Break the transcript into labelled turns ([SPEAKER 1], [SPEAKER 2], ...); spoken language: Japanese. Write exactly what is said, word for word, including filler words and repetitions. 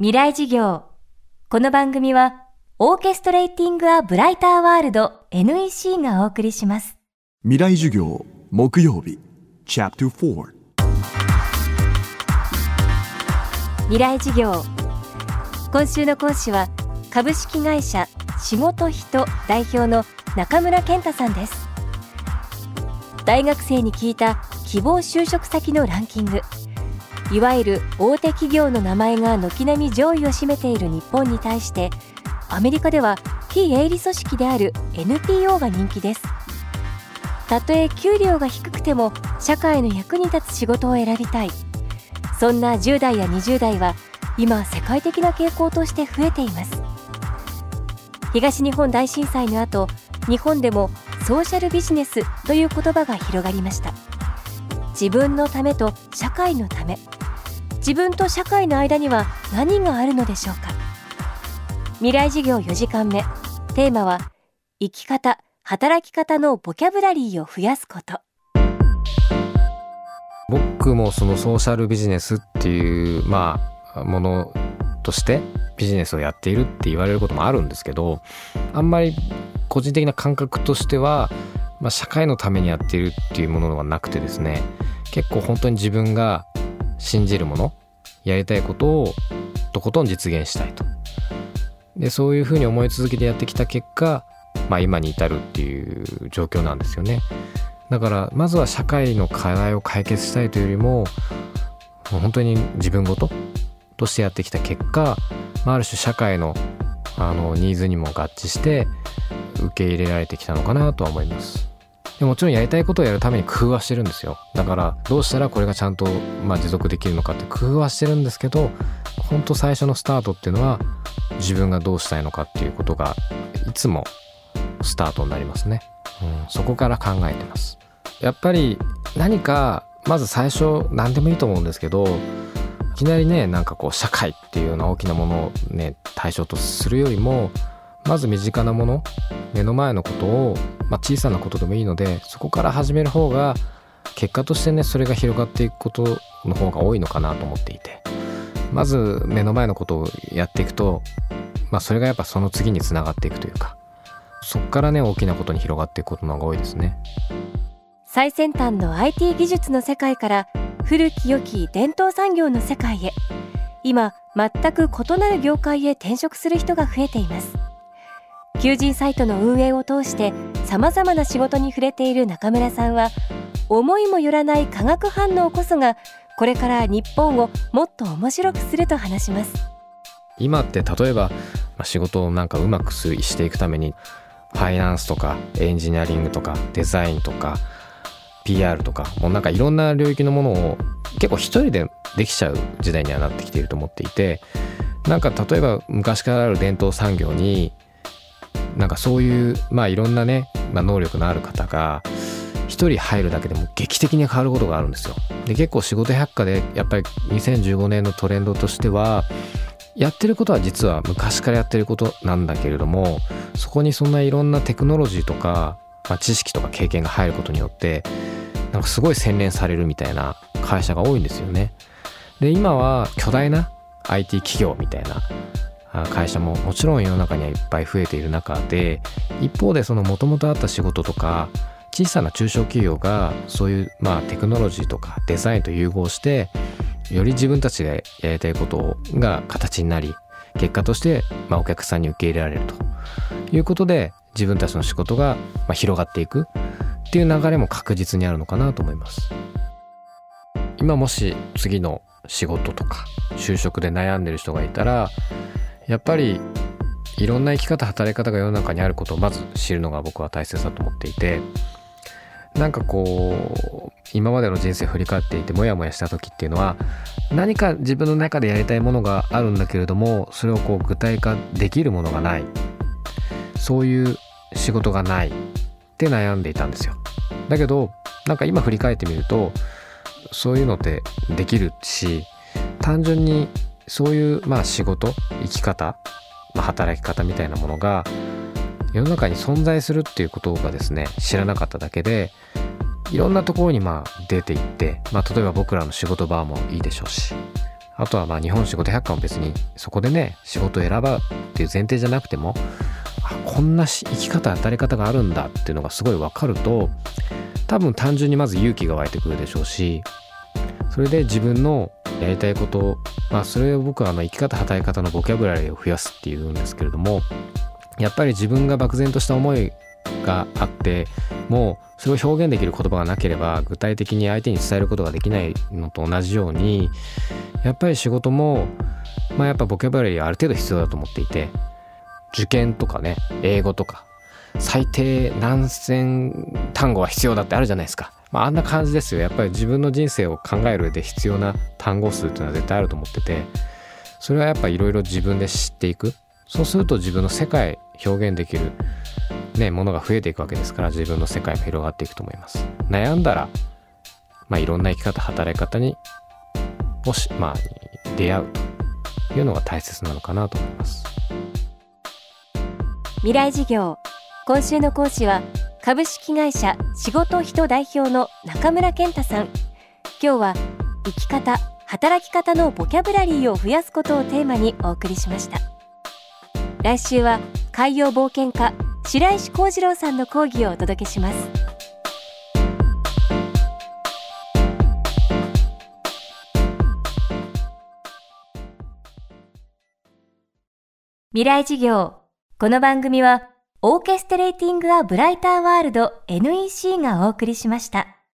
[SPEAKER 1] 未来事業。この番組はオーケストレーティング・ア・ブライター・ワールド エヌイーシー がお送りします。
[SPEAKER 2] 未来授業木曜日チャプターよん。
[SPEAKER 1] 未来事業。今週の講師は株式会社仕事人代表の中村健太さんです。大学生に聞いた希望就職先のランキング、いわゆる大手企業の名前が軒並み上位を占めている日本に対して、アメリカでは非営利組織である エヌピーオー が人気です。たとえ給料が低くても社会の役に立つ仕事を選びたい、そんなじゅう代やにじゅう代は今世界的な傾向として増えています。東日本大震災の後、日本でもソーシャルビジネスという言葉が広がりました。自分のためと社会のため、自分と社会の間には何があるのでしょうか。未来事業よじかんめ、テーマは生き方、働き方のボキャブラリーを増やすこと。
[SPEAKER 3] 僕もそのソーシャルビジネスっていうまあものとしてビジネスをやっているって言われることもあるんですけど、あんまり個人的な感覚としては、まあ、社会のためにやっているっていうものはなくてですね、結構本当に自分が信じるもの、やりたいことをとことん実現したいと。でそういうふうに思い続けてやってきた結果、まあ、今に至るっていう状況なんですよね。だからまずは社会の課題を解決したいというよりも、本当に自分ごととしてやってきた結果、まあ、ある種社会の、あのニーズにも合致して受け入れられてきたのかなとは思います。でもちろんやりたいことをやるために工夫はしてるんですよ。だからどうしたらこれがちゃんと、まあ、持続できるのかって工夫はしてるんですけど、本当最初のスタートっていうのは自分がどうしたいのかっていうことがいつもスタートになりますね、うん、そこから考えてます。やっぱり何かまず最初何でもいいと思うんですけど、いきなりねなんかこう社会っていうような大きなものをね対象とするよりも、まず身近なもの、目の前のことを、まあ、小さなことでもいいのでそこから始める方が結果としてねそれが広がっていくことの方が多いのかなと思っていて、まず目の前のことをやっていくと、まあ、それがやっぱその次につながっていくというか、そこからね大きなことに広がっていくことの方が多いですね。
[SPEAKER 1] 最先端の アイティー 技術の世界から古き良き伝統産業の世界へ、今全く異なる業界へ転職する人が増えています。求人サイトの運営を通してさまざまな仕事に触れている中村さんは、思いもよらない化学反応こそがこれから日本をもっと面白くすると話します。
[SPEAKER 3] 今って例えば、まあ、仕事をなんかうまくしていくためにファイナンスとかエンジニアリングとかデザインとか ピーアール とか、もうなんかいろんな領域のものを結構一人でできちゃう時代にはなってきていると思っていて、なんか例えば昔からある伝統産業になんかそういうまあいろんなね、まあ、能力のある方が一人入るだけでも劇的に変わることがあるんですよ。で結構仕事百科でやっぱりにせんじゅうごねんのトレンドとしては、やってることは実は昔からやってることなんだけれども、そこにそんないろんなテクノロジーとか、まあ、知識とか経験が入ることによってなんかすごい洗練されるみたいな会社が多いんですよね。で今は巨大な アイティー 企業みたいな会社ももちろん世の中にはいっぱい増えている中で、一方でその元々あった仕事とか小さな中小企業がそういうまあテクノロジーとかデザインと融合して、より自分たちがやりたいことが形になり、結果としてまあお客さんに受け入れられるということで、自分たちの仕事がまあ広がっていくっていう流れも確実にあるのかなと思います。今もし次の仕事とか就職で悩んでる人がいたら、やっぱりいろんな生き方、働き方が世の中にあることをまず知るのが僕は大切だと思っていて、なんかこう今までの人生を振り返っていてモヤモヤした時っていうのは、何か自分の中でやりたいものがあるんだけれども、それをこう具体化できるものがない、そういう仕事がないって悩んでいたんですよ。だけどなんか今振り返ってみると、そういうのってできるし、単純にそういうまあ仕事、生き方、まあ、働き方みたいなものが世の中に存在するっていうことがですね、知らなかっただけで、いろんなところにまあ出ていって、まあ、例えば僕らの仕事場もいいでしょうし、 あとはまあ日本仕事百科も別にそこでね仕事を選ばうっていう前提じゃなくても、あこんな生き方当たり方があるんだっていうのがすごい分かると、多分単純にまず勇気が湧いてくるでしょうし、それで自分のやりたいことを、まあそれを僕はあの生き方働き方のボキャブラリーを増やすっていうんですけれども、やっぱり自分が漠然とした思いがあってもうそれを表現できる言葉がなければ具体的に相手に伝えることができないのと同じように、やっぱり仕事もまあやっぱボキャブラリーはある程度必要だと思っていて、受験とかね英語とか最低何千単語は必要だってあるじゃないですか。まああんな感じですよ。やっぱり自分の人生を考える上で必要な単語数っていうのは絶対あると思ってて、それはやっぱいろいろ自分で知っていく。そうすると自分の世界表現できるねものが増えていくわけですから、自分の世界も広がっていくと思います。悩んだらまあいろんな生き方働き方にもしまあ出会うというのが大切なのかなと思います。
[SPEAKER 1] 未来事業、今週の講師は株式会社仕事人代表の中村健太さん。今日は生き方働き方のボキャブラリーを増やすことをテーマにお送りしました。来週は海洋冒険家白石浩二郎さんの講義をお届けします。未来事業、この番組はオーケストレーティング・ア・ブライター・ワールド エヌイーシー がお送りしました。